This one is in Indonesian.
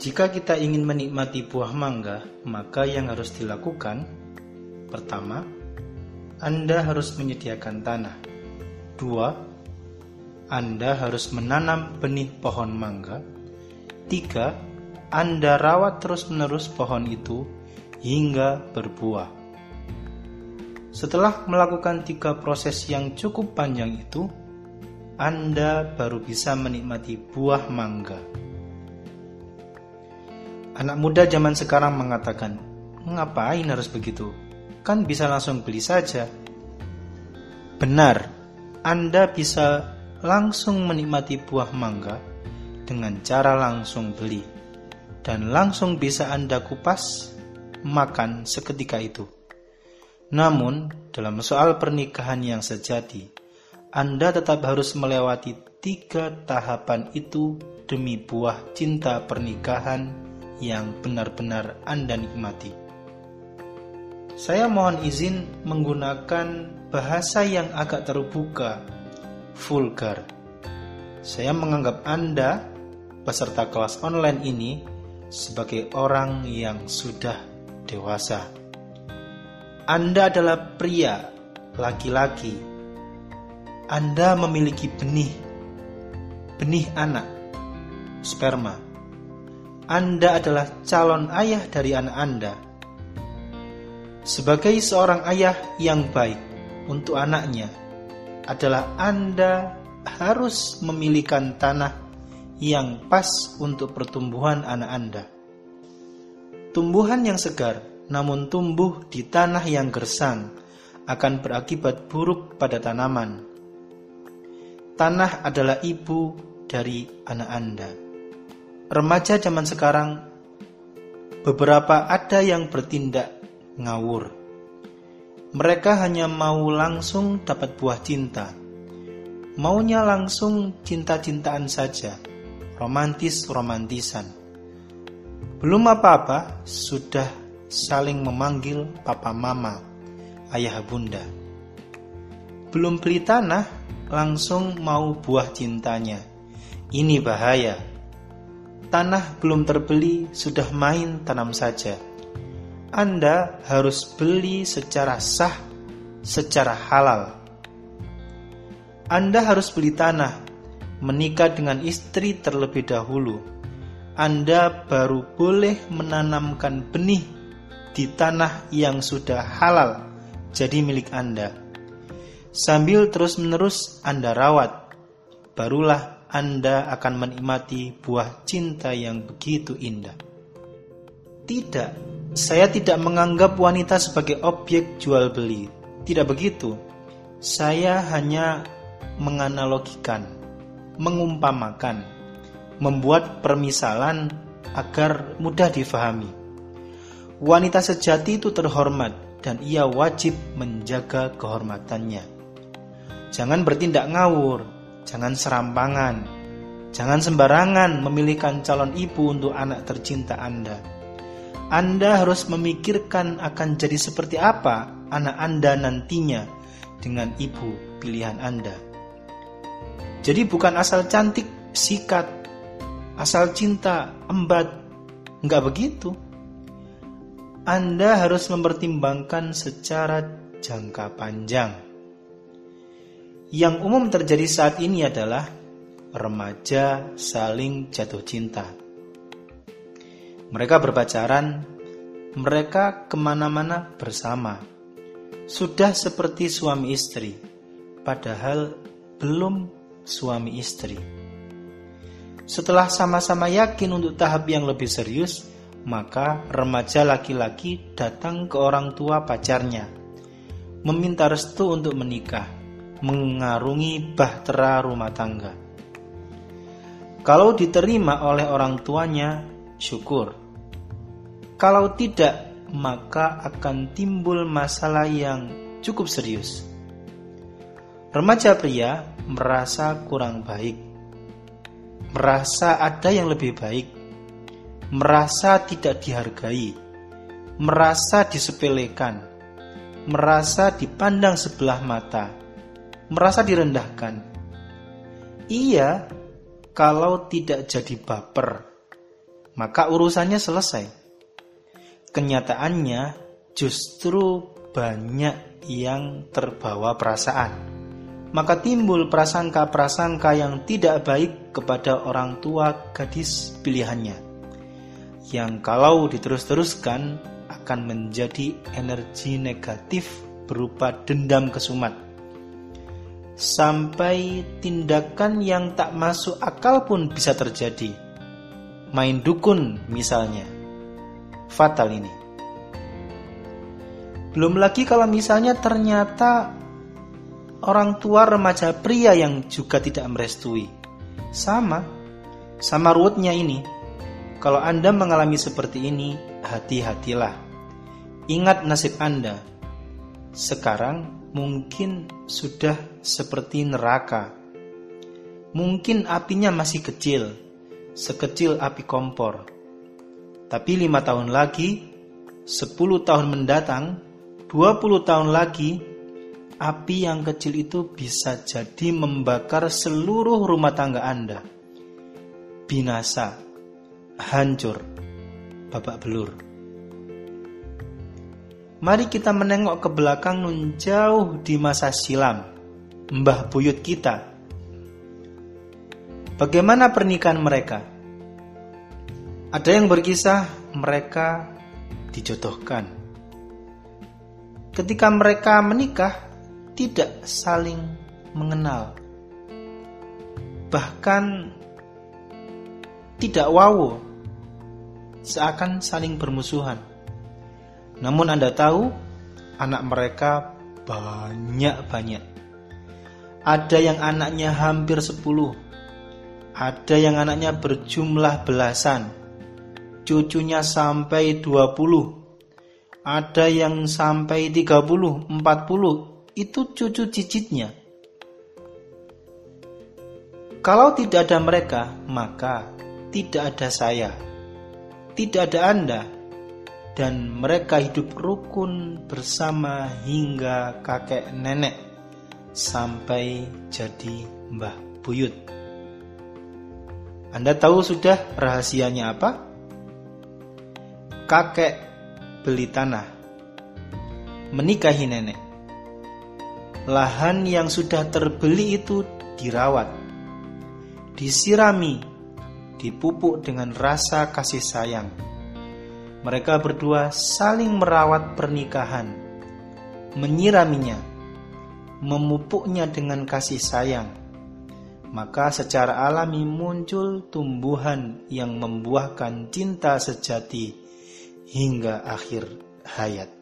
Jika kita ingin menikmati buah mangga, maka yang harus dilakukan, pertama, Anda harus menyediakan tanah. 2, Anda harus menanam benih pohon mangga. 3, Anda rawat terus-menerus pohon itu hingga berbuah. Setelah melakukan 3 proses yang cukup panjang itu, Anda baru bisa menikmati buah mangga. Anak muda zaman sekarang mengatakan, ngapain harus begitu? Kan bisa langsung beli saja. Benar, Anda bisa langsung menikmati buah mangga dengan cara langsung beli. Dan langsung bisa Anda kupas, makan seketika itu. Namun, dalam soal pernikahan yang sejati, Anda tetap harus melewati 3 tahapan itu demi buah cinta pernikahan yang benar-benar Anda nikmati. Saya mohon izin menggunakan bahasa yang agak terbuka, vulgar. Saya menganggap Anda, peserta kelas online ini, sebagai orang yang sudah dewasa. Anda adalah pria, laki-laki. Anda memiliki benih anak, sperma. Anda adalah calon ayah dari anak Anda. Sebagai seorang ayah yang baik untuk anaknya adalah Anda harus memilihkan tanah yang pas untuk pertumbuhan anak Anda. Tumbuhan yang segar namun tumbuh di tanah yang gersang akan berakibat buruk pada tanaman. Tanah adalah ibu dari anak Anda. Remaja zaman sekarang, beberapa ada yang bertindak ngawur. Mereka hanya mau langsung dapat buah cinta. Maunya langsung cinta-cintaan saja, romantis-romantisan. Belum apa-apa, sudah saling memanggil papa mama, ayah bunda. Belum beli tanah, langsung mau buah cintanya. Ini bahaya. Tanah belum terbeli, sudah main tanam saja. Anda harus beli secara sah, secara halal. Anda harus beli tanah, menikah dengan istri terlebih dahulu. Anda baru boleh menanamkan benih di tanah yang sudah halal jadi milik Anda. Sambil terus-menerus Anda rawat, barulah Anda akan menikmati buah cinta yang begitu indah. Tidak, saya tidak menganggap wanita sebagai objek jual beli. Tidak begitu. Saya hanya menganalogikan, mengumpamakan, membuat permisalan agar mudah difahami. Wanita sejati itu terhormat dan ia wajib menjaga kehormatannya. Jangan bertindak ngawur. Jangan serampangan, jangan sembarangan memilihkan calon ibu untuk anak tercinta Anda. Anda harus memikirkan akan jadi seperti apa anak Anda nantinya dengan ibu pilihan Anda. Jadi bukan asal cantik, sikat, asal cinta, embat, enggak begitu. Anda harus mempertimbangkan secara jangka panjang. Yang umum terjadi saat ini adalah remaja saling jatuh cinta. Mereka berpacaran, mereka kemana-mana bersama. Sudah seperti suami istri, padahal belum suami istri. Setelah sama-sama yakin untuk tahap yang lebih serius, maka remaja laki-laki datang ke orang tua pacarnya, meminta restu untuk menikah, mengarungi bahtera rumah tangga. Kalau diterima oleh orang tuanya, syukur. Kalau tidak, maka akan timbul masalah yang cukup serius. Remaja pria merasa kurang baik, merasa ada yang lebih baik, merasa tidak dihargai, merasa disepelekan, merasa dipandang sebelah mata, merasa direndahkan. Ia kalau tidak jadi baper, maka urusannya selesai. Kenyataannya justru banyak yang terbawa perasaan. Maka timbul prasangka-prasangka yang tidak baik kepada orang tua gadis pilihannya, yang kalau diterus-teruskan akan menjadi energi negatif berupa dendam kesumat. Sampai tindakan yang tak masuk akal pun bisa terjadi. Main dukun misalnya. Fatal ini. Belum lagi kalau misalnya ternyata orang tua remaja pria yang juga tidak merestui. Sama ruwetnya ini. Kalau Anda mengalami seperti ini, hati-hatilah. Ingat nasib Anda. Sekarang mungkin sudah seperti neraka. Mungkin apinya masih kecil, sekecil api kompor. Tapi 5 tahun lagi, 10 tahun mendatang, 20 tahun lagi, api yang kecil itu bisa jadi membakar seluruh rumah tangga Anda. Binasa, hancur, babak belur. Mari kita menengok ke belakang nun jauh di masa silam, mbah buyut kita. Bagaimana pernikahan mereka? Ada yang berkisah mereka dijodohkan. Ketika mereka menikah, tidak saling mengenal. Bahkan tidak wawo, seakan saling bermusuhan. Namun Anda tahu, anak mereka banyak-banyak. Ada yang anaknya hampir 10, ada yang anaknya berjumlah belasan, cucunya sampai 20, ada yang sampai 30, 40, itu cucu cicitnya. Kalau tidak ada mereka, maka tidak ada saya, tidak ada Anda. Dan mereka hidup rukun bersama hingga kakek nenek sampai jadi mbah buyut. Anda tahu sudah rahasianya apa? Kakek beli tanah, menikahi nenek. Lahan yang sudah terbeli itu dirawat, disirami, dipupuk dengan rasa kasih sayang. Mereka berdua saling merawat pernikahan, menyiraminya, memupuknya dengan kasih sayang. Maka secara alami muncul tumbuhan yang membuahkan cinta sejati hingga akhir hayat.